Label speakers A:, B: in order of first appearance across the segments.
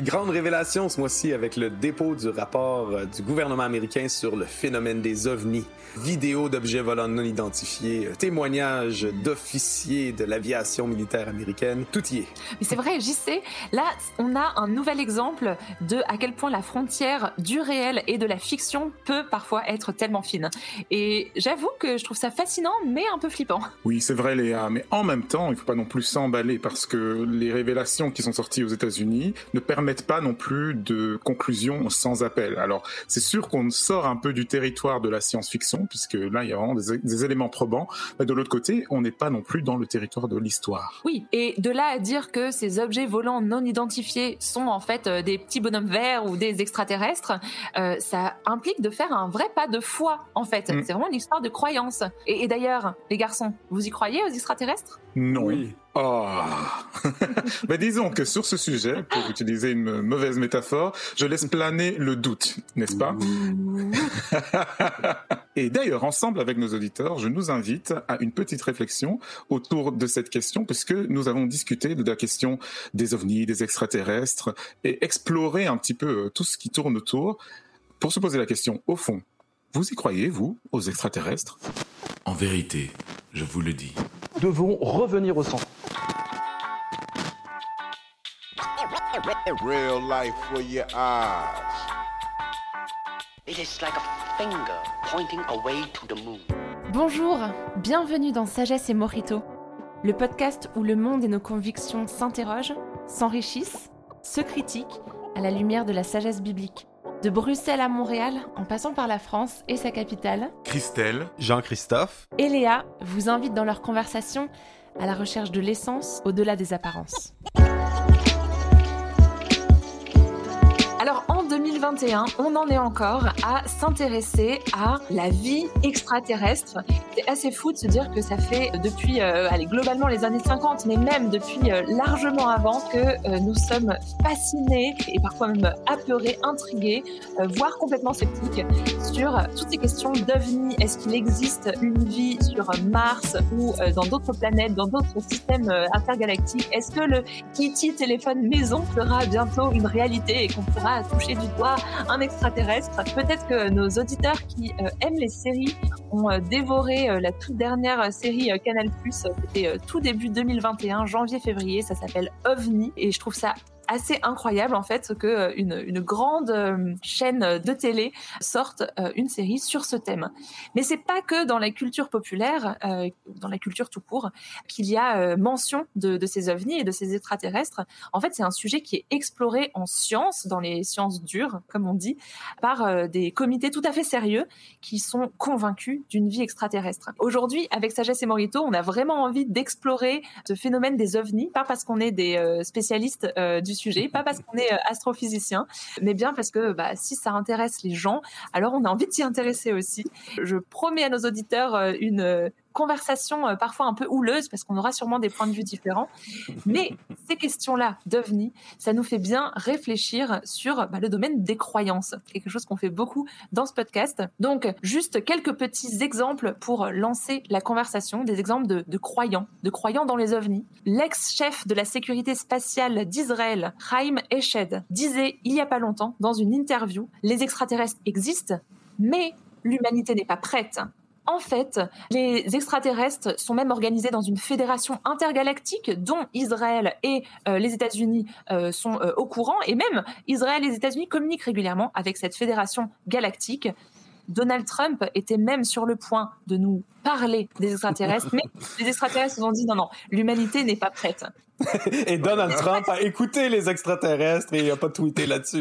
A: grande révélation ce mois-ci avec le dépôt du rapport du gouvernement américain sur le phénomène des ovnis. Vidéos d'objets volants non identifiés, témoignages d'officiers de l'aviation militaire américaine, tout y est.
B: Mais c'est vrai, JC, là, on a un nouvel exemple de à quel point la frontière du réel et de la fiction peut parfois être tellement fine. Et j'avoue que je trouve ça fascinant, mais un peu flippant.
C: Oui, c'est vrai, Léa, mais en même temps, il ne faut pas non plus s'emballer parce que les révélations qui sont sorties aux États-Unis ne permettent pas non plus de conclusion sans appel. Alors, c'est sûr qu'on sort un peu du territoire de la science-fiction, puisque là, il y a vraiment des éléments probants. Mais de l'autre côté, on n'est pas non plus dans le territoire de l'histoire.
B: Oui, et de là à dire que ces objets volants non identifiés sont en fait des petits bonhommes verts ou des extraterrestres, ça implique de faire un vrai pas de foi, en fait. C'est vraiment une histoire de croyance. Et d'ailleurs, les garçons, vous y croyez aux extraterrestres ?
C: Non.
A: Oui.
C: Oh. Mais disons que sur ce sujet, pour utiliser une mauvaise métaphore, je laisse planer le doute, n'est-ce pas ? Et d'ailleurs, ensemble avec nos auditeurs, je nous invite à une petite réflexion autour de cette question, puisque nous avons discuté de la question des ovnis, des extraterrestres, et exploré un petit peu tout ce qui tourne autour, pour se poser la question, au fond, vous y croyez, vous, aux extraterrestres ?
D: En vérité, je vous le dis.
E: Nous devons revenir au centre.
F: Real life for your eyes.
G: It is like a finger pointing away to the moon.
H: Bonjour, bienvenue dans Sagesse et Mojito, le podcast où le monde et nos convictions s'interrogent, s'enrichissent, se critiquent à la lumière de la sagesse biblique. De Bruxelles à Montréal, en passant par la France et sa capitale,
D: Christelle,
A: Jean-Christophe
H: et Léa vous invitent dans leur conversation à la recherche de l'essence au-delà des apparences.
B: Alors en 2021, on en est encore à s'intéresser à la vie extraterrestre. C'est assez fou de se dire que ça fait depuis, globalement les années 50, mais même depuis largement avant que nous sommes fascinés et parfois même apeurés, intrigués, voire complètement sceptiques sur toutes ces questions d'ovnis. Est-ce qu'il existe une vie sur Mars ou dans d'autres planètes, dans d'autres systèmes intergalactiques ? Est-ce que le E.T. téléphone maison sera bientôt une réalité et qu'on pourra toucher du doigt un extraterrestre ? Peut-être que nos auditeurs qui aiment les séries ont dévoré la toute dernière série Canal+, c'était tout début 2021, janvier-février, ça s'appelle OVNI, et je trouve ça assez incroyable en fait que une grande chaîne de télé sorte une série sur ce thème. Mais c'est pas que dans la culture populaire, dans la culture tout court, qu'il y a mention de ces ovnis et de ces extraterrestres. En fait, c'est un sujet qui est exploré en sciences, dans les sciences dures, comme on dit, par des comités tout à fait sérieux qui sont convaincus d'une vie extraterrestre. Aujourd'hui, avec Sagesse et Mojito, on a vraiment envie d'explorer ce phénomène des ovnis, pas parce qu'on est des spécialistes du sujet, pas parce qu'on est astrophysicien, mais bien parce que si ça intéresse les gens, alors on a envie de s'y intéresser aussi. Je promets à nos auditeurs une conversation parfois un peu houleuse parce qu'on aura sûrement des points de vue différents, mais ces questions-là d'OVNI, ça nous fait bien réfléchir sur le domaine des croyances, quelque chose qu'on fait beaucoup dans ce podcast. Donc juste quelques petits exemples pour lancer la conversation, des exemples de croyants dans les OVNI. L'ex-chef de la sécurité spatiale d'Israël, Chaim Eshed, disait il y a pas longtemps dans une interview, les extraterrestres existent, mais l'humanité n'est pas prête. En fait, les extraterrestres sont même organisés dans une fédération intergalactique dont Israël et les États-Unis sont au courant. Et même Israël et les États-Unis communiquent régulièrement avec cette fédération galactique. Donald Trump était même sur le point de nous parler des extraterrestres, mais les extraterrestres ont dit non, l'humanité n'est pas prête.
A: Et Donald Trump a écouté les extraterrestres et il n'a pas tweeté là-dessus.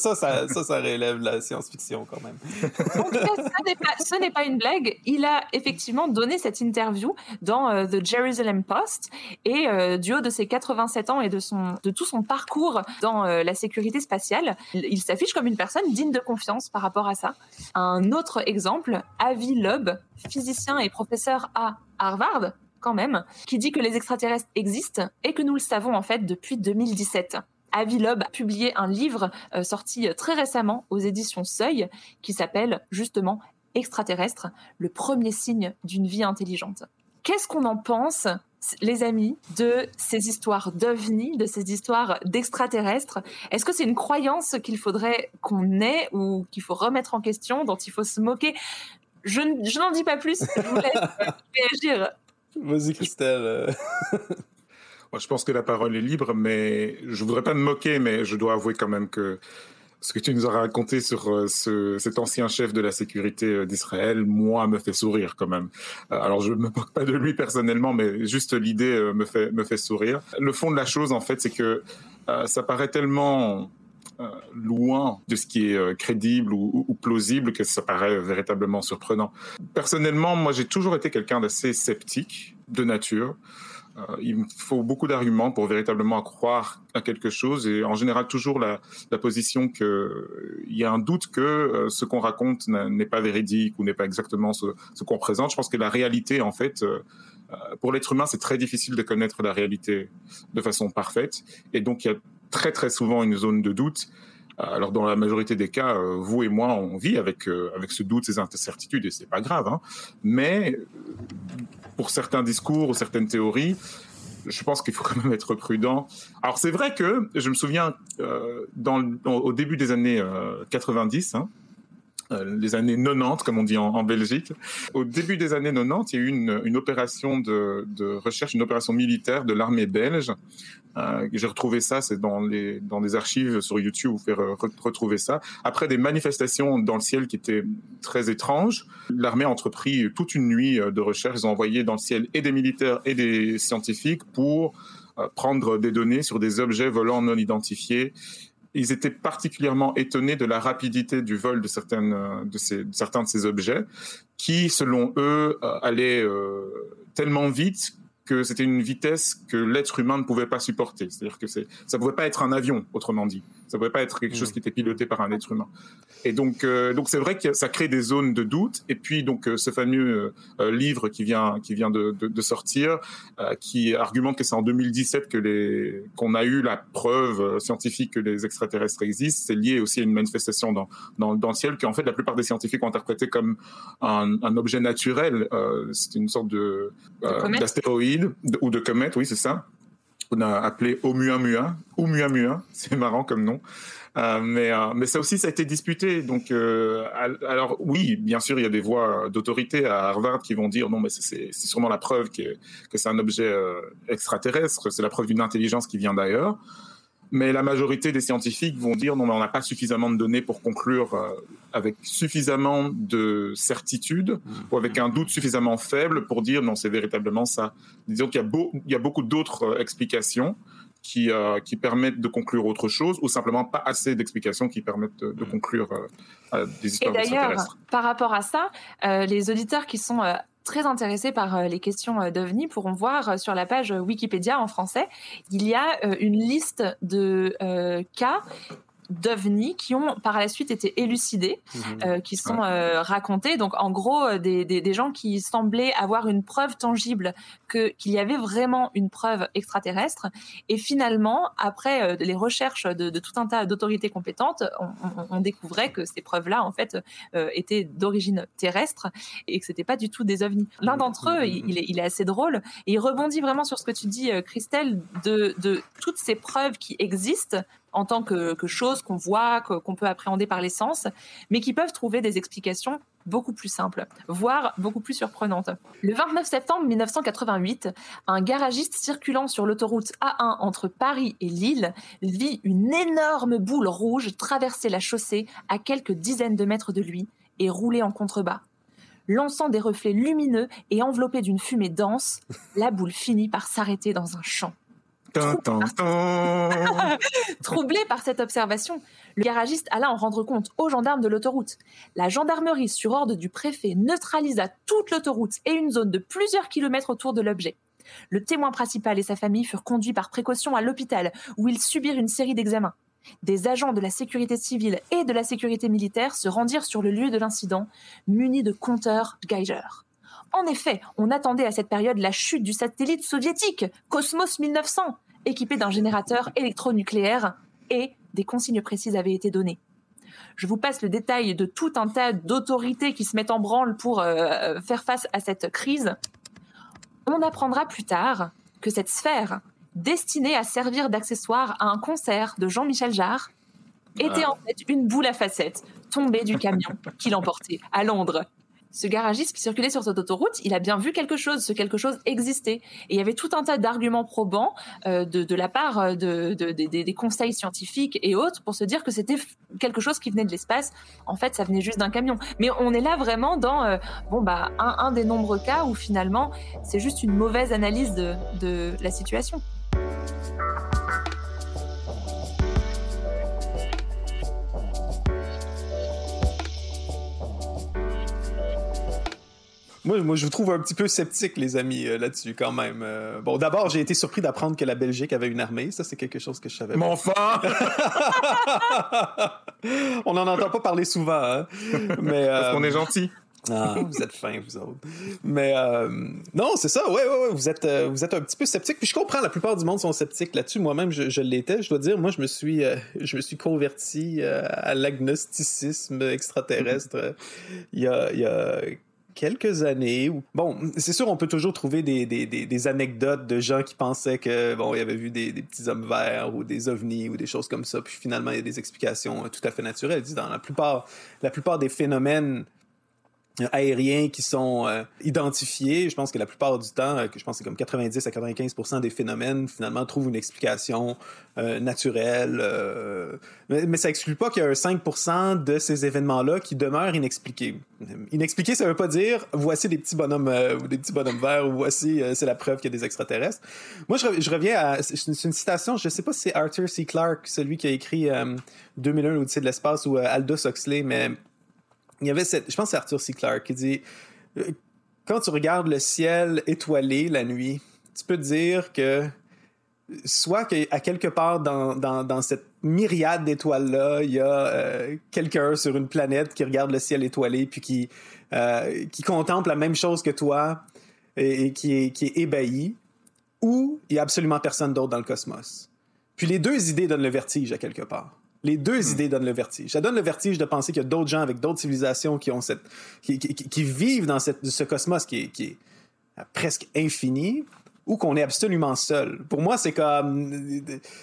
A: Ça relève la science-fiction quand même.
B: Donc, ce n'est pas une blague. Il a effectivement donné cette interview dans The Jerusalem Post et du haut de ses 87 ans et de tout son parcours dans la sécurité spatiale, il s'affiche comme une personne digne de confiance par rapport à ça. Un autre exemple, Avi Loeb, physicien et professeur à Harvard, quand même, qui dit que les extraterrestres existent et que nous le savons en fait depuis 2017. Avi Loeb a publié un livre sorti très récemment aux éditions Seuil qui s'appelle justement Extraterrestres, le premier signe d'une vie intelligente. Qu'est-ce qu'on en pense les amis, de ces histoires d'ovnis, de ces histoires d'extraterrestres? Est-ce que c'est une croyance qu'il faudrait qu'on ait ou qu'il faut remettre en question, dont il faut se moquer? Je n'en dis pas plus, je vous laisse réagir.
A: Vas-y, Christelle.
C: Moi, je pense que la parole est libre, mais je voudrais pas me moquer, mais je dois avouer quand même que ce que tu nous as raconté sur cet ancien chef de la sécurité d'Israël, moi, me fait sourire quand même. Alors, je me moque pas de lui personnellement, mais juste l'idée me fait sourire. Le fond de la chose, en fait, c'est que ça paraît tellement loin de ce qui est crédible ou plausible que ça paraît véritablement surprenant. Personnellement, moi, j'ai toujours été quelqu'un d'assez sceptique de nature. Il me faut beaucoup d'arguments pour véritablement croire à quelque chose, et en général toujours la position qu'il y a un doute que ce qu'on raconte n'est pas véridique ou n'est pas exactement ce qu'on présente. Je pense que la réalité, en fait, pour l'être humain, c'est très difficile de connaître la réalité de façon parfaite, et donc il y a très très souvent une zone de doute. Alors dans la majorité des cas, vous et moi, on vit avec ce doute, ces incertitudes, et c'est pas grave, hein. Mais pour certains discours ou certaines théories, je pense qu'il faut quand même être prudent. Alors c'est vrai que je me souviens au début des années 90, hein, les années 90, comme on dit en Belgique. Au début des années 90, il y a eu une opération de recherche, une opération militaire de l'armée belge. J'ai retrouvé ça, c'est dans des archives sur YouTube, vous pouvez retrouver ça. Après des manifestations dans le ciel qui étaient très étranges, l'armée a entrepris toute une nuit de recherche. Ils ont envoyé dans le ciel et des militaires et des scientifiques pour prendre des données sur des objets volants non identifiés. Ils étaient particulièrement étonnés de la rapidité du vol de certains de ces objets qui, selon eux, allaient tellement vite que c'était une vitesse que l'être humain ne pouvait pas supporter. C'est-à-dire que ça ne pouvait pas être un avion, autrement dit. Ça ne pouvait pas être quelque chose qui était piloté par un être humain. Et donc c'est vrai que ça crée des zones de doute. Et puis donc ce fameux livre qui vient de sortir, qui argumente que c'est en 2017 qu'on a eu la preuve scientifique que les extraterrestres existent. C'est lié aussi à une manifestation dans le ciel que en fait la plupart des scientifiques ont interprété comme un objet naturel. C'était une sorte d'astéroïde ou de comète, oui c'est ça. On a appelé Oumuamua, c'est marrant comme nom. Mais ça aussi, ça a été disputé. Donc, alors oui, bien sûr, il y a des voix d'autorité à Harvard qui vont dire non, mais c'est sûrement la preuve que c'est un objet extraterrestre, c'est la preuve d'une intelligence qui vient d'ailleurs. Mais la majorité des scientifiques vont dire non, mais on n'a pas suffisamment de données pour conclure avec suffisamment de certitude ou avec un doute suffisamment faible pour dire non, c'est véritablement ça. Disons qu'il y a beaucoup d'autres explications qui permettent de conclure autre chose ou simplement pas assez d'explications qui permettent de conclure des histoires extraterrestres.
B: Et d'ailleurs, par rapport à ça, les auditeurs qui sont très intéressés par les questions d'OVNI pourront voir sur la page Wikipédia en français, il y a une liste de cas d'OVNI qui ont par la suite été élucidés, qui sont racontés. Donc en gros, des gens qui semblaient avoir une preuve tangible qu'il y avait vraiment une preuve extraterrestre. Et finalement, après les recherches de tout un tas d'autorités compétentes, on découvrait que ces preuves-là, en fait, étaient d'origine terrestre et que c'était pas du tout des OVNI. L'un d'entre eux, il est assez drôle et il rebondit vraiment sur ce que tu dis, Christelle, de toutes ces preuves qui existent en tant que choses qu'on voit, qu'on peut appréhender par les sens, mais qui peuvent trouver des explications beaucoup plus simples, voire beaucoup plus surprenantes. Le 29 septembre 1988, un garagiste circulant sur l'autoroute A1 entre Paris et Lille vit une énorme boule rouge traverser la chaussée à quelques dizaines de mètres de lui et rouler en contrebas. Lançant des reflets lumineux et enveloppée d'une fumée dense, la boule finit par s'arrêter dans un champ. Troublé par cette observation, le garagiste alla en rendre compte aux gendarmes de l'autoroute. La gendarmerie, sur ordre du préfet, neutralisa toute l'autoroute et une zone de plusieurs kilomètres autour de l'objet. Le témoin principal et sa famille furent conduits par précaution à l'hôpital, où ils subirent une série d'examens. Des agents de la sécurité civile et de la sécurité militaire se rendirent sur le lieu de l'incident, munis de compteurs Geiger. En effet, on attendait à cette période la chute du satellite soviétique Cosmos 1900, équipé d'un générateur électronucléaire, et des consignes précises avaient été données. Je vous passe le détail de tout un tas d'autorités qui se mettent en branle pour faire face à cette crise. On apprendra plus tard que cette sphère, destinée à servir d'accessoire à un concert de Jean-Michel Jarre, était en fait une boule à facettes tombée du camion qui l'emportait à Londres. Ce garagiste qui circulait sur cette autoroute, il a bien vu quelque chose, ce quelque chose existait. Et il y avait tout un tas d'arguments probants de la part des conseils scientifiques et autres pour se dire que c'était quelque chose qui venait de l'espace. En fait, ça venait juste d'un camion. Mais on est là vraiment dans un des nombreux cas où finalement, c'est juste une mauvaise analyse de la situation.
A: Moi, je vous trouve un petit peu sceptique, les amis, là-dessus, quand même. Bon, d'abord, j'ai été surpris d'apprendre que la Belgique avait une armée. Ça, c'est quelque chose que je savais pas.
C: Mais enfin!
A: On n'en entend pas parler souvent, hein? Mais,
C: Parce qu'on est gentil.
A: Ah, vous êtes fins, vous autres. Mais non, c'est ça, ouais, vous êtes un petit peu sceptique. Puis je comprends, la plupart du monde sont sceptiques là-dessus. Moi-même, je l'étais. Je dois dire, moi, je me suis converti à l'agnosticisme extraterrestre il y a quelques années. Bon, c'est sûr, on peut toujours trouver des anecdotes de gens qui pensaient que, bon, ils avaient vu des petits hommes verts ou des ovnis ou des choses comme ça. Puis finalement, il y a des explications tout à fait naturelles. Dans la plupart des phénomènes aériens qui sont identifiés, je pense que la plupart du temps, je pense que c'est comme 90 à 95% des phénomènes, finalement, trouvent une explication naturelle. Mais ça exclut pas qu'il y a un 5% de ces événements-là qui demeurent inexpliqués. Inexpliqués, ça veut pas dire voici des petits bonhommes verts ou voici c'est la preuve qu'il y a des extraterrestres. Moi, je reviens à... C'est une citation, je sais pas si c'est Arthur C. Clarke, celui qui a écrit 2001, l'Odyssée de l'espace, ou Aldous Huxley, mais il y avait je pense que c'est Arthur C. Clarke qui dit quand tu regardes le ciel étoilé la nuit, tu peux te dire que soit qu'à quelque part dans cette myriade d'étoiles-là, il y a quelqu'un sur une planète qui regarde le ciel étoilé puis qui contemple la même chose que toi et qui est ébahi, ou il y a absolument personne d'autre dans le cosmos. Puis les deux idées donnent le vertige à quelque part. Les deux idées donnent le vertige. Ça donne le vertige de penser qu'il y a d'autres gens avec d'autres civilisations qui vivent dans ce cosmos qui est presque infini, ou qu'on est absolument seul. Pour moi, c'est comme...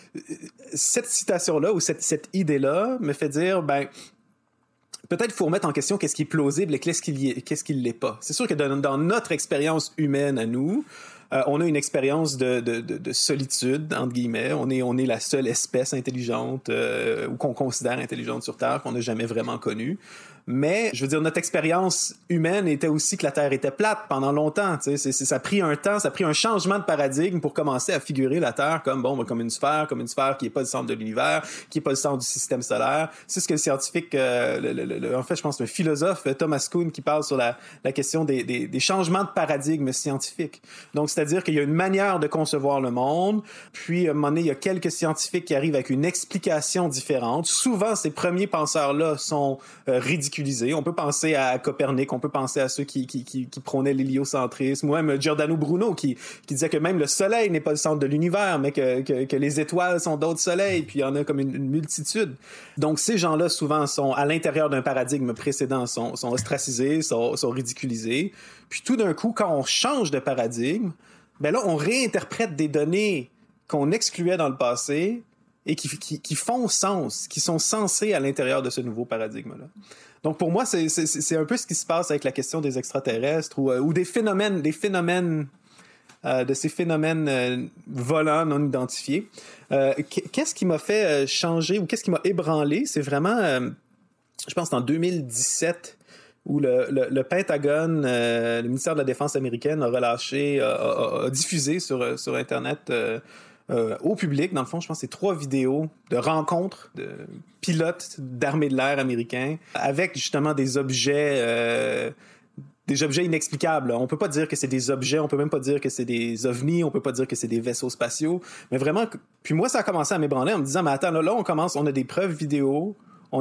A: Cette citation-là, ou cette idée-là, me fait dire, peut-être qu'il faut remettre en question qu'est-ce qui est plausible et qu'est-ce qui l'est pas. C'est sûr que dans notre expérience humaine à nous, on a une expérience de solitude, entre guillemets. On est la seule espèce intelligente ou qu'on considère intelligente sur Terre qu'on n'a jamais vraiment connue. Mais, je veux dire, notre expérience humaine était aussi que la Terre était plate pendant longtemps. Ça a pris un temps, ça a pris un changement de paradigme pour commencer à figurer la Terre comme une sphère qui n'est pas le centre de l'univers, qui n'est pas le centre du système solaire. C'est ce que le scientifique, en fait, je pense, le philosophe Thomas Kuhn qui parle sur la question des changements de paradigme scientifiques. Donc, c'est-à-dire qu'il y a une manière de concevoir le monde, puis à un moment donné, il y a quelques scientifiques qui arrivent avec une explication différente. Souvent, ces premiers penseurs-là sont ridiculisés. On peut penser à Copernic, on peut penser à ceux qui prônaient l'héliocentrisme, ou même Giordano Bruno qui disait que même le soleil n'est pas le centre de l'univers, mais que les étoiles sont d'autres soleils, puis il y en a comme une multitude. Donc ces gens-là, souvent, sont à l'intérieur d'un paradigme précédent, sont ostracisés, sont ridiculisés. Puis tout d'un coup, quand on change de paradigme, là, on réinterprète des données qu'on excluait dans le passé et qui font sens, qui sont sensés à l'intérieur de ce nouveau paradigme-là. Donc pour moi, c'est un peu ce qui se passe avec la question des extraterrestres ou des phénomènes de ces phénomènes volants non identifiés. Qu'est-ce qui m'a fait changer ou qu'est-ce qui m'a ébranlé? C'est vraiment, je pense, en 2017, où le Pentagone, le ministère de la Défense américaine, a diffusé sur Internet au public, dans le fond, je pense que c'est 3 vidéos de rencontres de pilotes d'armée de l'air américains avec justement des objets inexplicables. On peut pas dire que c'est des objets, on peut même pas dire que c'est des ovnis, on peut pas dire que c'est des vaisseaux spatiaux, mais vraiment, puis moi, ça a commencé à m'ébranler en me disant, mais attends, là, on a des preuves vidéo,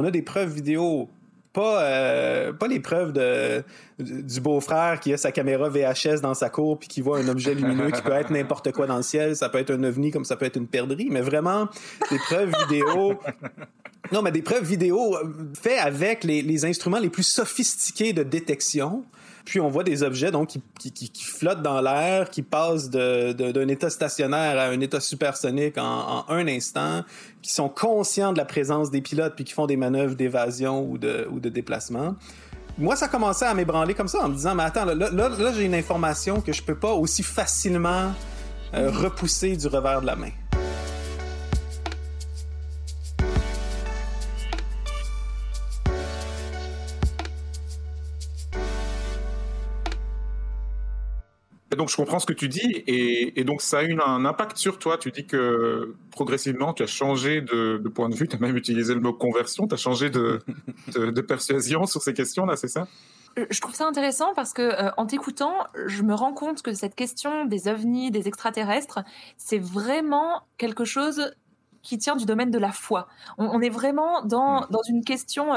A: pas les preuves du beau-frère qui a sa caméra VHS dans sa cour puis qui voit un objet lumineux qui peut être n'importe quoi dans le ciel. Ça peut être un ovni comme ça peut être une perdrix, mais vraiment des preuves vidéo. Non, mais des preuves vidéo faites avec les instruments les plus sophistiqués de détection. Puis on voit des objets donc qui flottent dans l'air, qui passent d'un état stationnaire à un état supersonique en un instant, qui sont conscients de la présence des pilotes puis qui font des manœuvres d'évasion ou de déplacement. Moi, ça commençait à m'ébranler comme ça en me disant, mais attends, là j'ai une information que je peux pas aussi facilement repousser du revers de la main.
C: Donc, je comprends ce que tu dis, et donc ça a eu un impact sur toi. Tu dis que progressivement, tu as changé de point de vue, tu as même utilisé le mot conversion, tu as changé de persuasion sur ces questions-là, c'est ça?
B: Je trouve ça intéressant parce que en t'écoutant, je me rends compte que cette question des ovnis, des extraterrestres, c'est vraiment quelque chose qui tient du domaine de la foi. On est vraiment dans une question...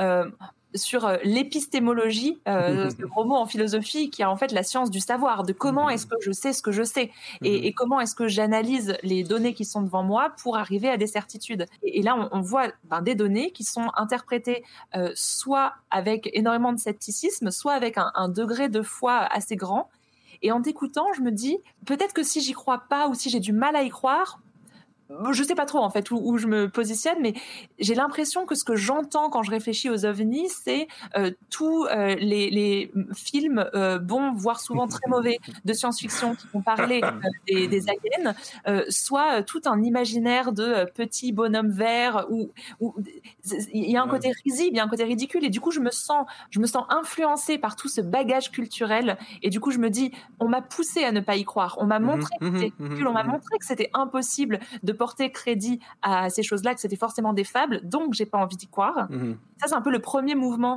B: sur l'épistémologie, ce gros mot en philosophie qui est en fait la science du savoir, de comment est-ce que je sais ce que je sais et comment est-ce que j'analyse les données qui sont devant moi pour arriver à des certitudes. Et là, on voit des données qui sont interprétées soit avec énormément de scepticisme, soit avec un degré de foi assez grand. Et en t'écoutant, je me dis, peut-être que si j'y crois pas ou si j'ai du mal à y croire, je sais pas trop en fait où je me positionne, mais j'ai l'impression que ce que j'entends quand je réfléchis aux ovnis, c'est tous les films bons, voire souvent très mauvais, de science-fiction qui vont parler des aliens, soit tout un imaginaire de petits bonhommes verts où il y a un côté risible, il y a un côté ridicule, et du coup je me sens influencée par tout ce bagage culturel, et du coup je me dis, on m'a poussé à ne pas y croire, on m'a montré que c'était ridicule, on m'a montré que c'était impossible de porter crédit à ces choses-là, que c'était forcément des fables, donc j'ai pas envie d'y croire. Ça, c'est un peu le premier mouvement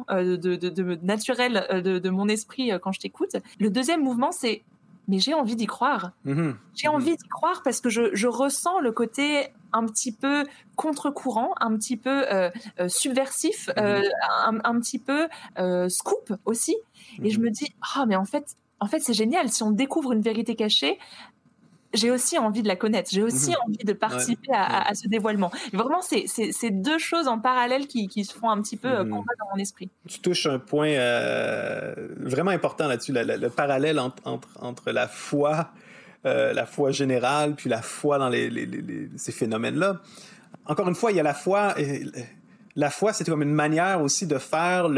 B: naturel de mon esprit quand je t'écoute. Le deuxième mouvement, c'est mais j'ai envie d'y croire. J'ai envie d'y croire parce que je ressens le côté un petit peu contre-courant, un petit peu subversif, un petit peu scoop aussi. Et je me dis, mais en fait, c'est génial. Si on découvre une vérité cachée, j'ai aussi envie de la connaître, j'ai aussi envie de participer à ce dévoilement. Et vraiment, c'est deux choses en parallèle qui se font un petit peu combat dans mon esprit. Tu
A: touches un point vraiment important là-dessus, le parallèle entre la foi générale puis la foi dans ces phénomènes-là. Encore une fois, il y a la foi. La foi, c'est comme une manière aussi de faire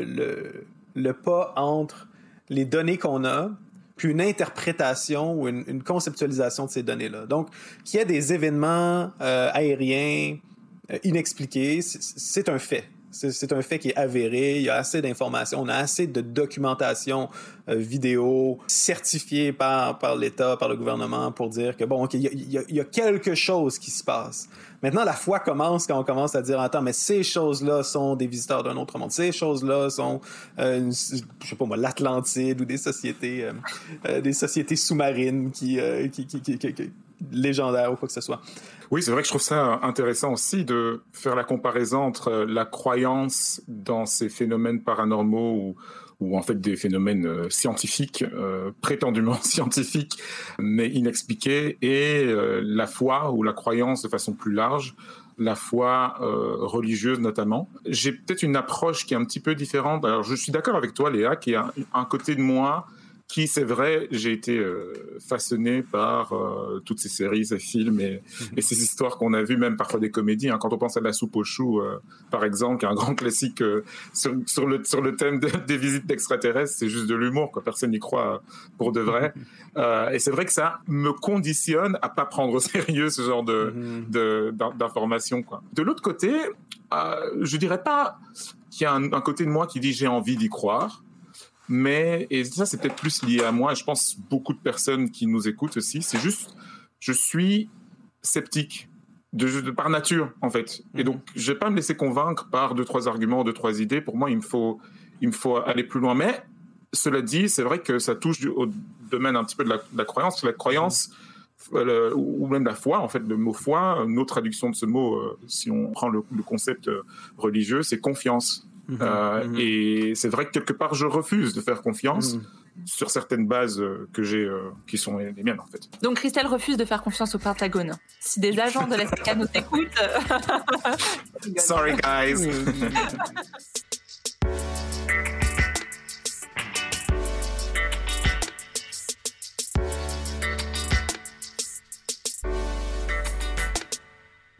A: le pas entre les données qu'on a puis une interprétation ou une conceptualisation de ces données-là. Donc, qu'il y ait des événements aériens inexpliqués, c'est un fait. C'est un fait qui est avéré. Il y a assez d'informations. On a assez de documentation vidéo certifiée par l'État, par le gouvernement pour dire que, bon, OK, il y a quelque chose qui se passe. Maintenant, la foi commence quand on commence à dire, attends, mais ces choses-là sont des visiteurs d'un autre monde. Ces choses-là sont, je sais pas moi, l'Atlantide ou des sociétés sous-marines qui légendaires ou quoi que ce soit.
C: Oui, c'est vrai que je trouve ça intéressant aussi de faire la comparaison entre la croyance dans ces phénomènes paranormaux ou en fait des phénomènes scientifiques, prétendument scientifiques, mais inexpliqués, et la foi ou la croyance de façon plus large, la foi religieuse notamment. J'ai peut-être une approche qui est un petit peu différente. Alors, je suis d'accord avec toi, Léa, qu'il y a un côté de moi qui, c'est vrai, j'ai été façonné par toutes ces séries, ces films et ces histoires qu'on a vues, même parfois des comédies. Quand on pense à La soupe aux choux, par exemple, qui est un grand classique sur le thème des visites d'extraterrestres, c'est juste de l'humour, quoi. Personne n'y croit pour de vrai. Et c'est vrai que ça me conditionne à pas prendre au sérieux ce genre d'informations, quoi. De l'autre côté, je dirais pas qu'il y a un côté de moi qui dit j'ai envie d'y croire. Mais, et ça c'est peut-être plus lié à moi, je pense beaucoup de personnes qui nous écoutent aussi, c'est juste, je suis sceptique par nature en fait. Et donc je vais pas me laisser convaincre par 2-3 arguments, 2-3 idées. Pour moi il me faut aller plus loin. Mais cela dit, c'est vrai que ça touche au domaine un petit peu de la croyance. La croyance ou même la foi, en fait, le mot foi, une autre traduction de ce mot, si on prend le concept religieux, c'est confiance. Et c'est vrai que quelque part je refuse de faire confiance sur certaines bases que j'ai qui sont les miennes en fait.
B: Donc Christelle refuse de faire confiance au Pentagone. Si des agents de la CIA nous écoutent,
C: sorry guys.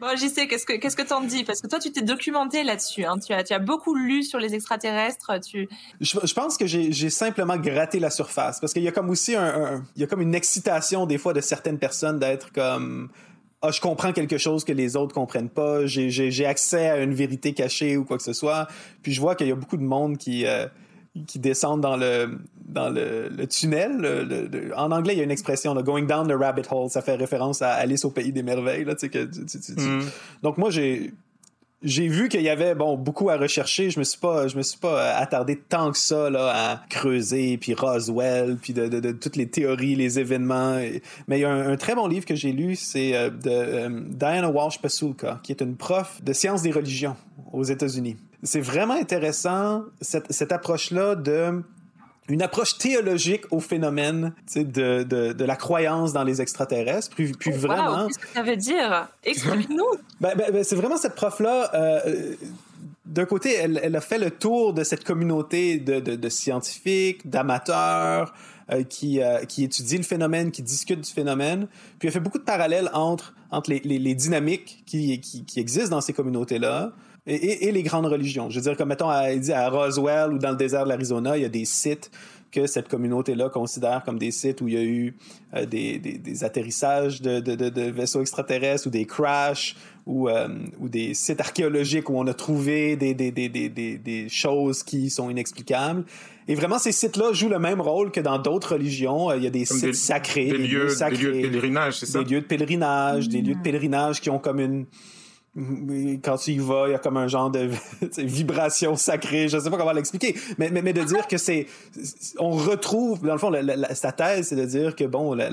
B: Alors, JC, qu'est-ce que t'en dis? Parce que toi, tu t'es documenté là-dessus. Hein. Tu as beaucoup lu sur les extraterrestres.
A: Je pense que j'ai simplement gratté la surface. Parce qu'il y a comme aussi il y a comme une excitation des fois de certaines personnes d'être comme... Ah, je comprends quelque chose que les autres comprennent pas. J'ai accès à une vérité cachée ou quoi que ce soit. Puis je vois qu'il y a beaucoup de monde qui descendent dans le tunnel. En anglais, il y a une expression, là, going down the rabbit hole. Ça fait référence à Alice au pays des merveilles. Là, tu sais, Donc moi, j'ai vu qu'il y avait beaucoup à rechercher. Je me suis pas attardé tant que ça là à creuser, puis Roswell, puis de toutes les théories, les événements. Mais il y a un très bon livre que j'ai lu, c'est de Diana Walsh Pasulka, qui est une prof de sciences des religions aux États-Unis. C'est vraiment intéressant cette approche-là une approche théologique au phénomène, tu sais, de la croyance dans les extraterrestres. Puis vraiment...
B: Wow, qu'est-ce que ça veut dire? Explique-nous!
A: C'est vraiment cette prof-là... d'un côté, elle a fait le tour de cette communauté de scientifiques, d'amateurs, qui étudient le phénomène, qui discutent du phénomène. Puis elle fait beaucoup de parallèles entre les dynamiques qui existent dans ces communautés-là et les grandes religions. Je veux dire, comme mettons à Roswell ou dans le désert de l'Arizona, il y a des sites que cette communauté-là considère comme des sites où il y a eu des atterrissages de vaisseaux extraterrestres ou des crashs ou des sites archéologiques où on a trouvé des choses qui sont inexplicables. Et vraiment, ces sites-là jouent le même rôle que dans d'autres religions. Il y a des sites sacrés, des lieux sacrés. Des lieux de pèlerinage, c'est ça? Des lieux de pèlerinage qui ont comme une... Quand tu y vas, il y a comme un genre de vibration sacrée, je sais pas comment l'expliquer, mais de dire que on retrouve, dans le fond, sa thèse, c'est de dire que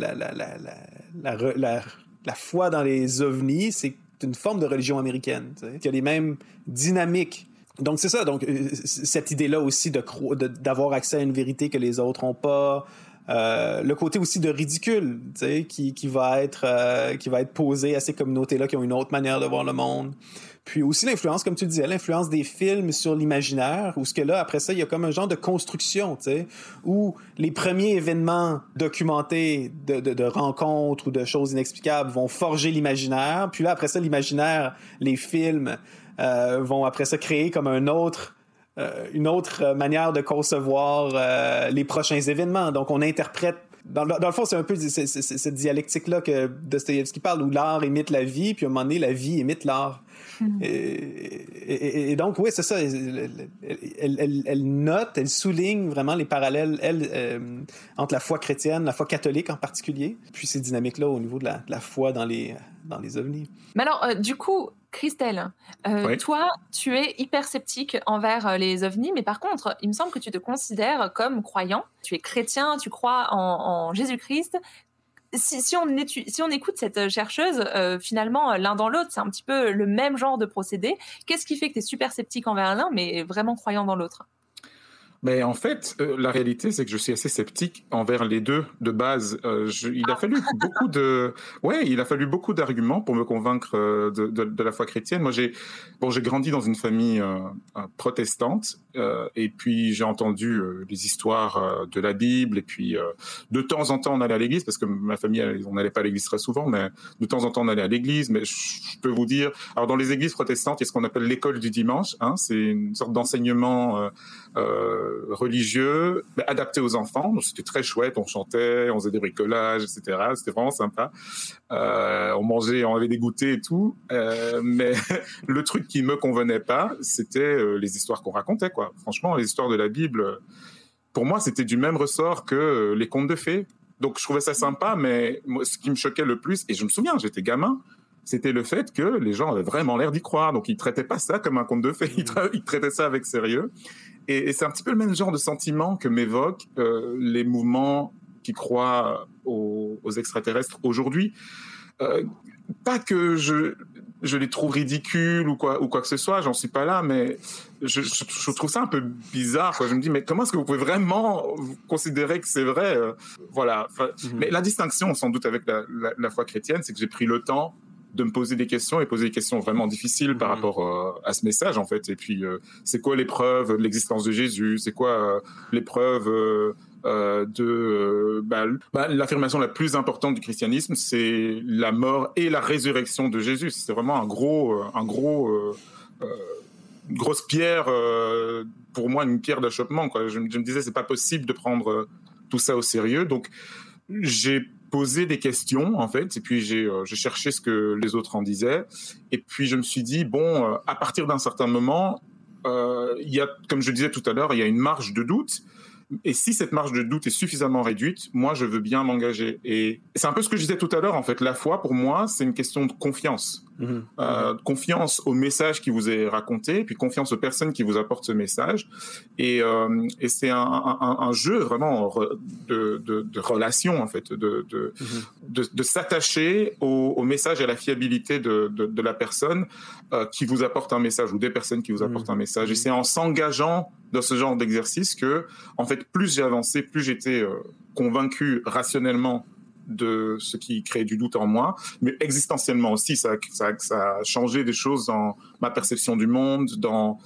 A: la foi dans les ovnis, c'est une forme de religion américaine, qui a les mêmes dynamiques. Donc c'est ça, donc cette idée-là aussi d'avoir accès à une vérité que les autres ont pas. Le côté aussi de ridicule, tu sais, qui va être posé à ces communautés-là qui ont une autre manière de voir le monde. Puis aussi l'influence, comme tu disais, l'influence des films sur l'imaginaire, où ce que là, après ça, il y a comme un genre de construction, tu sais, où les premiers événements documentés de rencontres ou de choses inexplicables vont forger l'imaginaire. Puis là, après ça, l'imaginaire, les films vont après ça créer comme une autre manière de concevoir les prochains événements. Donc, on interprète... Dans le fond, c'est un peu cette dialectique-là que Dostoïevski parle, où l'art imite la vie, puis à un moment donné, la vie imite l'art. Et donc, oui, c'est ça. Elle note, elle souligne vraiment les parallèles, entre la foi chrétienne, la foi catholique en particulier, puis ces dynamiques-là au niveau de la foi dans les ovnis.
B: Mais alors, du coup... Christelle, oui. Toi, tu es hyper sceptique envers les ovnis, mais par contre, il me semble que tu te considères comme croyant. Tu es chrétien, tu crois en Jésus-Christ. Si on écoute cette chercheuse, finalement, l'un dans l'autre, c'est un petit peu le même genre de procédé. Qu'est-ce qui fait que tu es super sceptique envers l'un, mais vraiment croyant dans l'autre ?
C: Mais en fait, la réalité, c'est que je suis assez sceptique envers les deux de base. Il a fallu beaucoup d'arguments pour me convaincre de la foi chrétienne. Moi, j'ai grandi dans une famille protestante, et puis j'ai entendu les histoires de la Bible, et puis de temps en temps, on allait à l'église, parce que ma famille, on n'allait pas à l'église très souvent, mais de temps en temps, on allait à l'église. Mais je peux vous dire, alors dans les églises protestantes, il y a ce qu'on appelle l'école du dimanche, hein, c'est une sorte d'enseignement religieux, mais adapté aux enfants. Donc c'était très chouette, on chantait, on faisait des bricolages, etc. C'était vraiment sympa. On mangeait, on avait des goûters et tout. Mais le truc qui me convenait pas, c'était les histoires qu'on racontait, quoi. Franchement, les histoires de la Bible, pour moi, c'était du même ressort que les contes de fées. Donc je trouvais ça sympa, mais moi, ce qui me choquait le plus, et je me souviens, j'étais gamin, c'était le fait que les gens avaient vraiment l'air d'y croire. Donc ils traitaient pas ça comme un conte de fées, ils traitaient ça avec sérieux. Et c'est un petit peu le même genre de sentiment que m'évoquent les mouvements qui croient aux extraterrestres aujourd'hui. Pas que je les trouve ridicules ou quoi que ce soit, j'en suis pas là, mais je trouve ça un peu bizarre, quoi. Je me dis, mais comment est-ce que vous pouvez vraiment considérer que c'est vrai, voilà. Mais la distinction, sans doute, avec la foi chrétienne, c'est que j'ai pris le temps de me poser des questions et poser des questions vraiment difficiles par rapport à ce message, en fait. Et puis, c'est quoi les preuves de l'existence de Jésus ? C'est quoi les preuves l'affirmation la plus importante du christianisme, c'est la mort et la résurrection de Jésus. C'est vraiment une grosse pierre, pour moi, une pierre d'achoppement, quoi. Je me disais, c'est pas possible de prendre tout ça au sérieux. Donc, j'ai posé des questions, en fait, et puis j'ai cherché ce que les autres en disaient. Et puis, je me suis dit, à partir d'un certain moment, il y a, comme je disais tout à l'heure, il y a une marge de doute. Et si cette marge de doute est suffisamment réduite, moi, je veux bien m'engager. Et c'est un peu ce que je disais tout à l'heure, en fait. La foi, pour moi, c'est une question de confiance. Confiance au message qui vous est raconté, puis confiance aux personnes qui vous apportent ce message. Et c'est un jeu vraiment de relation, en fait, de s'attacher au message et à la fiabilité de la personne qui vous apporte un message, ou des personnes qui vous apportent un message. Et c'est en s'engageant dans ce genre d'exercice que, en fait, plus j'ai avancé, plus j'étais convaincu rationnellement de ce qui crée du doute en moi, mais existentiellement aussi, ça a changé des choses dans ma perception du monde, dans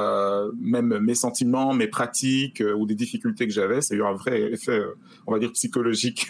C: même mes sentiments, mes pratiques ou des difficultés que j'avais. Ça a eu un vrai effet, on va dire, psychologique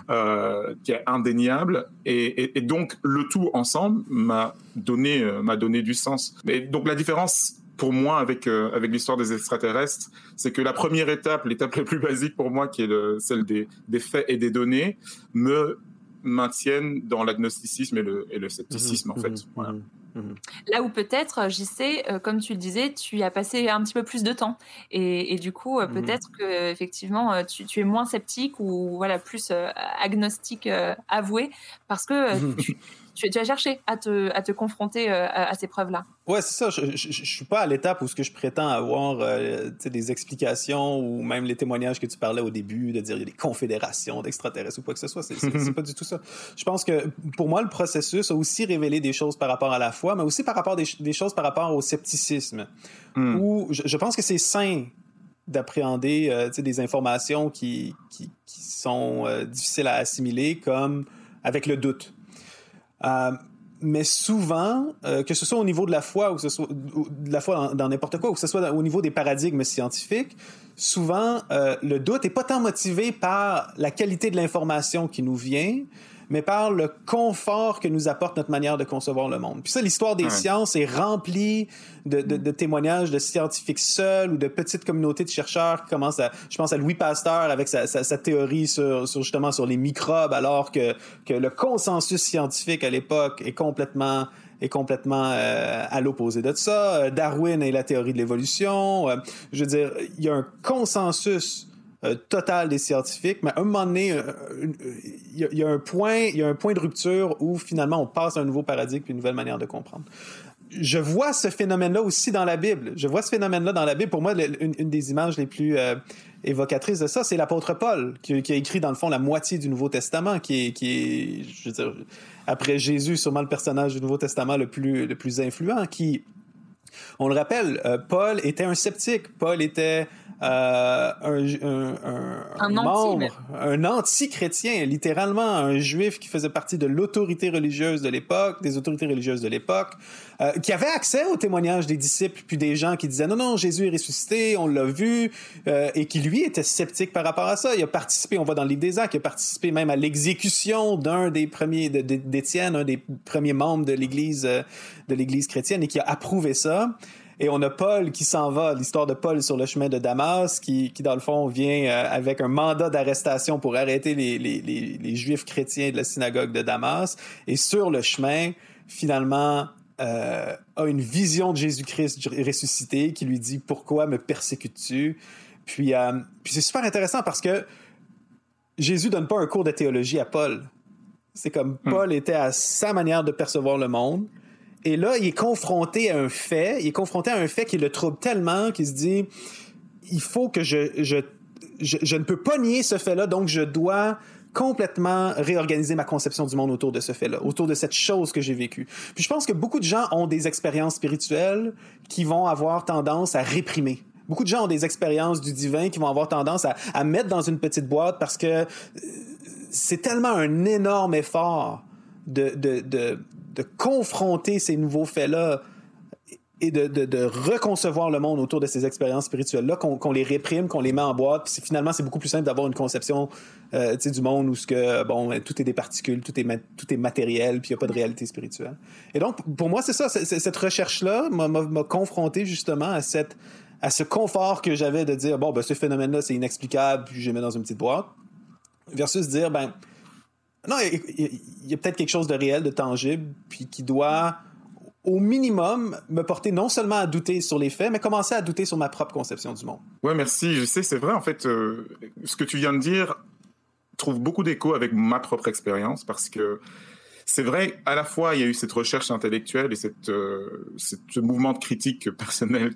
C: qui est indéniable. Et donc, le tout ensemble m'a donné du sens. Mais donc, la différence pour moi, avec l'histoire des extraterrestres, c'est que la première étape, l'étape la plus basique pour moi, qui est celle des faits et des données, me maintiennent dans l'agnosticisme et le scepticisme, en fait. Voilà.
B: Là où peut-être, JC, comme tu le disais, tu y as passé un petit peu plus de temps. Et du coup, peut-être qu'effectivement, tu es moins sceptique ou voilà, plus agnostique avoué, parce que tu as cherché à te confronter à ces preuves-là.
A: Ouais, c'est ça. Je suis pas à l'étape où ce que je prétends avoir des explications ou même les témoignages que tu parlais au début, de dire il y a des confédérations d'extraterrestres ou quoi que ce soit. C'est pas du tout ça. Je pense que pour moi, le processus a aussi révélé des choses par rapport à la foi, mais aussi par rapport des choses par rapport au scepticisme. Où je pense que c'est sain d'appréhender des informations qui sont difficiles à assimiler, comme avec le doute. Mais souvent, que ce soit au niveau de la foi ou que ce soit de la foi dans n'importe quoi, ou que ce soit au niveau des paradigmes scientifiques, souvent, le doute n'est pas tant motivé par la qualité de l'information qui nous vient, mais par le confort que nous apporte notre manière de concevoir le monde. Puis ça, l'histoire des sciences est remplie de témoignages de scientifiques seuls ou de petites communautés de chercheurs qui commencent à... Je pense à Louis Pasteur avec sa théorie sur les microbes, alors que le consensus scientifique à l'époque est complètement à l'opposé de ça. Darwin et la théorie de l'évolution. Je veux dire, il y a un consensus total des scientifiques, mais à un moment donné, il y a un point de rupture où finalement on passe à un nouveau paradigme puis une nouvelle manière de comprendre. Je vois ce phénomène-là aussi dans la Bible. Pour moi, une des images les plus évocatrices de ça, c'est l'apôtre Paul, qui a écrit dans le fond la moitié du Nouveau Testament, qui est je veux dire, après Jésus, sûrement le personnage du Nouveau Testament le plus influent, qui, on le rappelle, Paul était un sceptique. Paul était un anti-chrétien, littéralement un juif qui faisait partie de l'autorité religieuse de l'époque, des autorités religieuses de l'époque, qui avait accès aux témoignages des disciples puis des gens qui disaient non, Jésus est ressuscité, on l'a vu, et qui lui était sceptique par rapport à ça. Il a participé, on voit dans le livre des Actes, il a participé même à l'exécution d'un des premiers d'Étienne, un des premiers membres de l'Église chrétienne, et qui a approuvé ça. Et on a Paul qui s'en va, l'histoire de Paul sur le chemin de Damas, qui dans le fond vient avec un mandat d'arrestation pour arrêter les Juifs chrétiens de la synagogue de Damas. Et sur le chemin, finalement, a une vision de Jésus-Christ ressuscité qui lui dit « Pourquoi me persécutes-tu » Puis c'est super intéressant parce que Jésus donne pas un cours de théologie à Paul. C'est comme Paul était à sa manière de percevoir le monde. Et là, il est confronté à un fait qui le trouble tellement qu'il se dit il faut que je ne peux pas nier ce fait-là, donc je dois complètement réorganiser ma conception du monde autour de ce fait-là, autour de cette chose que j'ai vécue. Puis je pense que beaucoup de gens ont des expériences spirituelles qui vont avoir tendance à réprimer. Beaucoup de gens ont des expériences du divin qui vont avoir tendance à mettre dans une petite boîte parce que c'est tellement un énorme effort de confronter ces nouveaux faits-là et de reconcevoir le monde autour de ces expériences spirituelles-là, qu'on les réprime, qu'on les met en boîte. Puis finalement, c'est beaucoup plus simple d'avoir une conception du monde où tout est des particules, tout est matériel, puis il n'y a pas de réalité spirituelle. Et donc, pour moi, c'est ça. Cette recherche-là m'a confronté justement à ce confort que j'avais de dire, ce phénomène-là, c'est inexplicable, puis je les mets dans une petite boîte, versus dire, non, il y a peut-être quelque chose de réel, de tangible, puis qui doit, au minimum, me porter non seulement à douter sur les faits, mais commencer à douter sur ma propre conception du monde.
C: Ouais, merci. Je sais, c'est vrai, en fait, ce que tu viens de dire trouve beaucoup d'écho avec ma propre expérience, parce que c'est vrai, à la fois, il y a eu cette recherche intellectuelle et ce mouvement de critique personnel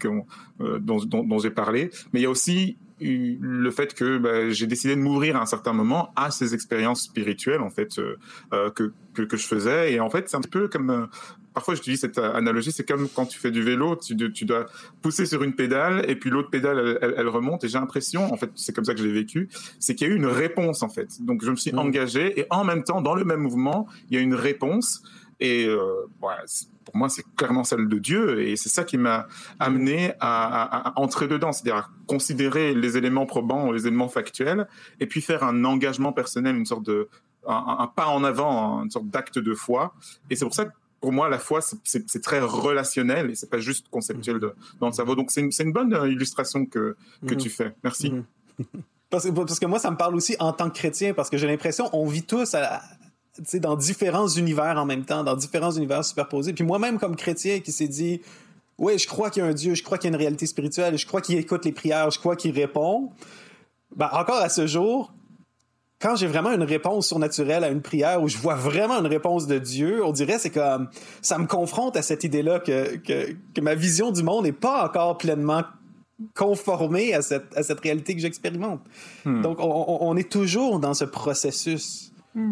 C: dont j'ai parlé, mais il y a aussi le fait que j'ai décidé de m'ouvrir à un certain moment à ces expériences spirituelles, en fait, que je faisais. Et en fait, c'est un peu comme... parfois, j'utilise cette analogie, c'est comme quand tu fais du vélo, tu dois pousser sur une pédale et puis l'autre pédale, elle remonte. Et j'ai l'impression, en fait, c'est comme ça que je l'ai vécu, c'est qu'il y a eu une réponse, en fait. Donc, je me suis engagé et en même temps, dans le même mouvement, il y a une réponse. Et pour moi, c'est clairement celle de Dieu. Et c'est ça qui m'a amené à entrer dedans, c'est-à-dire à considérer les éléments probants, les éléments factuels, et puis faire un engagement personnel, une sorte un pas en avant, une sorte d'acte de foi. Et c'est pour ça que pour moi, la foi, c'est très relationnel et c'est pas juste conceptuel dans le cerveau. Donc, c'est une bonne illustration que tu fais. Merci.
A: Parce que moi, ça me parle aussi en tant que chrétien, parce que j'ai l'impression qu'on vit tous dans différents univers en même temps, dans différents univers superposés. Puis moi-même, comme chrétien qui s'est dit, oui, je crois qu'il y a un Dieu, je crois qu'il y a une réalité spirituelle, je crois qu'il écoute les prières, je crois qu'il répond. Encore à ce jour, quand j'ai vraiment une réponse surnaturelle à une prière, où je vois vraiment une réponse de Dieu, on dirait c'est comme ça me confronte à cette idée-là que ma vision du monde n'est pas encore pleinement conformée à cette réalité que j'expérimente. Donc, on est toujours dans ce processus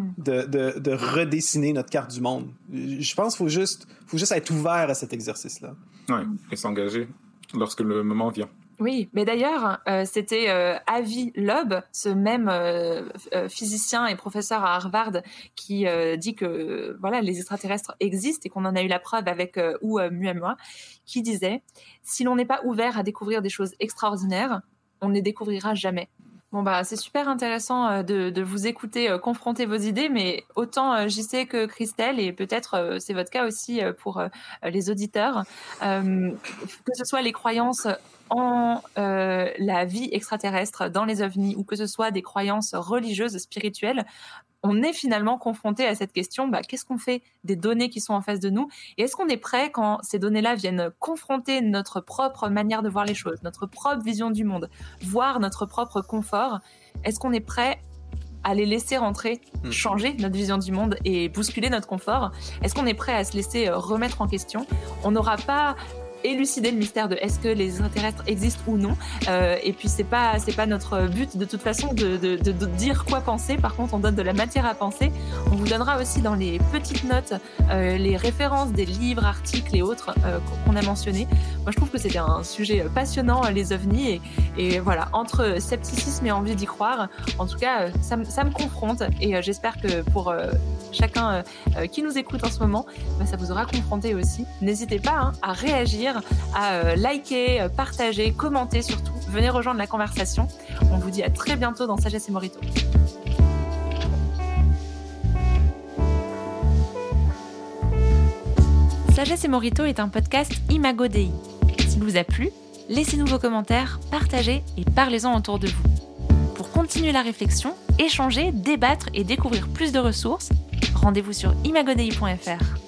A: de redessiner notre carte du monde. Je pense qu'il faut juste être ouvert à cet exercice-là.
C: Oui, et s'engager lorsque le moment vient.
B: Oui, mais d'ailleurs, c'était Avi Loeb, ce même physicien et professeur à Harvard, qui dit que les extraterrestres existent et qu'on en a eu la preuve avec Oumuamua, qui disait « Si l'on n'est pas ouvert à découvrir des choses extraordinaires, on ne les découvrira jamais ». Bon, c'est super intéressant de vous écouter confronter vos idées, mais autant JC que Christelle, et peut-être c'est votre cas aussi pour les auditeurs, que ce soit les croyances en la vie extraterrestre, dans les ovnis, ou que ce soit des croyances religieuses, spirituelles, on est finalement confronté à cette question, qu'est-ce qu'on fait des données qui sont en face de nous, et est-ce qu'on est prêt quand ces données-là viennent confronter notre propre manière de voir les choses, notre propre vision du monde, voir notre propre confort, est-ce qu'on est prêt à les laisser rentrer, changer notre vision du monde et bousculer notre confort? Est-ce qu'on est prêt à se laisser remettre en question? On n'aura pas élucider le mystère de est-ce que les extraterrestres existent ou non, et puis c'est pas notre but de toute façon de dire quoi penser. Par contre, on donne de la matière à penser. On vous donnera aussi dans les petites notes les références des livres, articles et autres qu'on a mentionnés. Moi, je trouve que c'était un sujet passionnant, les ovnis, et voilà, entre scepticisme et envie d'y croire, en tout cas, ça me confronte, et j'espère que pour chacun qui nous écoute en ce moment, ça vous aura confronté aussi. N'hésitez pas à réagir, à liker, partager, commenter surtout. Venez rejoindre la conversation. On vous dit à très bientôt dans Sagesse et Morito. Sagesse et Morito est un podcast Imago Dei. S'il vous a plu, laissez-nous vos commentaires, partagez et parlez-en autour de vous. Pour continuer la réflexion, échanger, débattre et découvrir plus de ressources, rendez-vous sur imagodei.fr.